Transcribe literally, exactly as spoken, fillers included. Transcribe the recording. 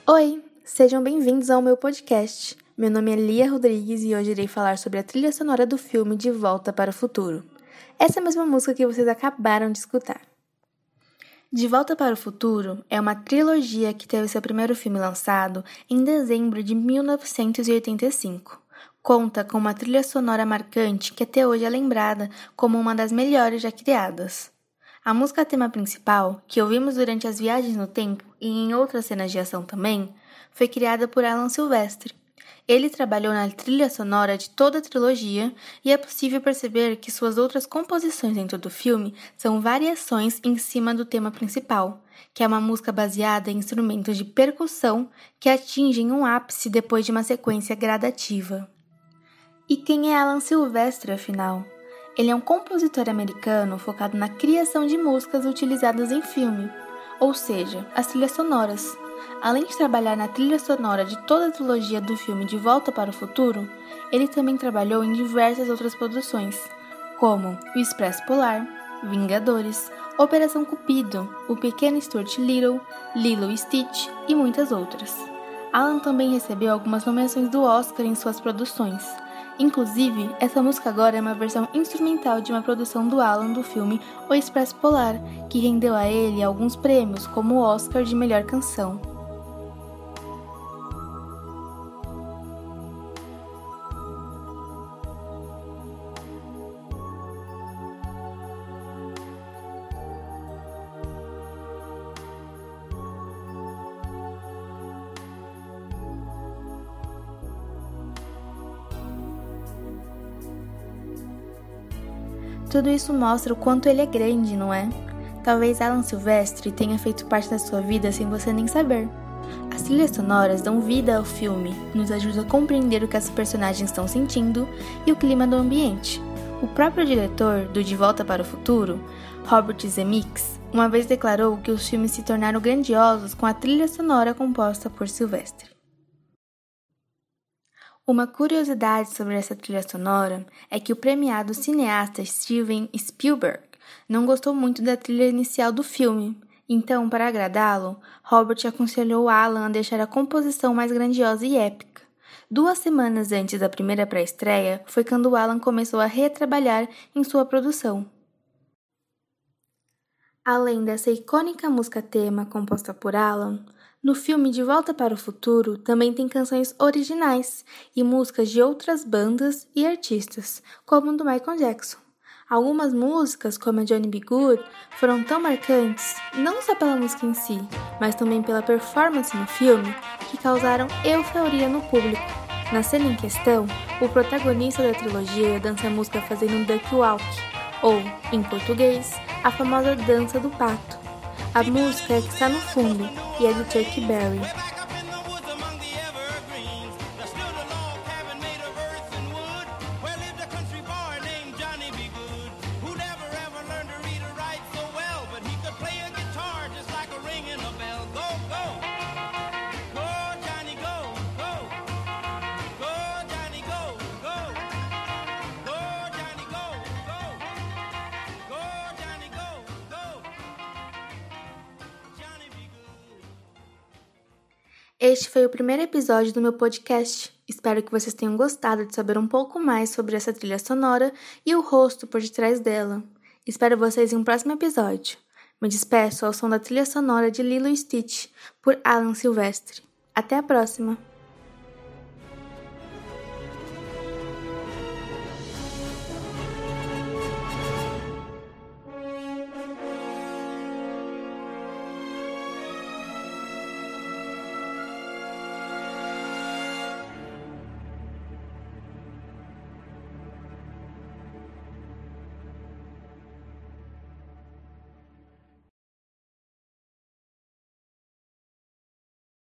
Oi, sejam bem-vindos ao meu podcast. Meu nome é Lia Rodrigues e hoje irei falar sobre a trilha sonora do filme De Volta para o Futuro. Essa mesma música que vocês acabaram de escutar. De Volta para o Futuro é uma trilogia que teve seu primeiro filme lançado em dezembro de mil novecentos e oitenta e cinco. Conta com uma trilha sonora marcante que até hoje é lembrada como uma das melhores já criadas. A música tema principal, que ouvimos durante as viagens no tempo e em outras cenas de ação também, foi criada por Alan Silvestre. Ele trabalhou na trilha sonora de toda a trilogia e é possível perceber que suas outras composições dentro do filme são variações em cima do tema principal, que é uma música baseada em instrumentos de percussão que atingem um ápice depois de uma sequência gradativa. E quem é Alan Silvestre, afinal? Ele é um compositor americano focado na criação de músicas utilizadas em filme, ou seja, as trilhas sonoras. Além de trabalhar na trilha sonora de toda a trilogia do filme De Volta para o Futuro, ele também trabalhou em diversas outras produções, como O Expresso Polar, Vingadores, Operação Cupido, O Pequeno Stuart Little, Lilo e Stitch e muitas outras. Alan também recebeu algumas nomeações do Oscar em suas produções. Inclusive, essa música agora é uma versão instrumental de uma produção do Alan do filme O Expresso Polar, que rendeu a ele alguns prêmios, como o Oscar de Melhor Canção. Tudo isso mostra o quanto ele é grande, não é? Talvez Alan Silvestre tenha feito parte da sua vida sem você nem saber. As trilhas sonoras dão vida ao filme, nos ajudam a compreender o que as personagens estão sentindo e o clima do ambiente. O próprio diretor do De Volta para o Futuro, Robert Zemeckis, uma vez declarou que os filmes se tornaram grandiosos com a trilha sonora composta por Silvestre. Uma curiosidade sobre essa trilha sonora é que o premiado cineasta Steven Spielberg não gostou muito da trilha inicial do filme, então, para agradá-lo, Robert aconselhou Alan a deixar a composição mais grandiosa e épica. Duas semanas antes da primeira pré-estreia foi quando Alan começou a retrabalhar em sua produção. Além dessa icônica música tema composta por Alan, no filme De Volta para o Futuro também tem canções originais e músicas de outras bandas e artistas, como a do Michael Jackson. Algumas músicas, como a Johnny B. Good, foram tão marcantes, não só pela música em si, mas também pela performance no filme, que causaram euforia no público. Na cena em questão, o protagonista da trilogia dança a música fazendo um duck walk, ou, em português, a famosa dança do pato. A música é que está no fundo e é de Chuck Berry. Este foi o primeiro episódio do meu podcast. Espero que vocês tenham gostado de saber um pouco mais sobre essa trilha sonora e o rosto por detrás dela. Espero vocês em um próximo episódio. Me despeço ao som da trilha sonora de Lilo e Stitch, por Alan Silvestre. Até a próxima!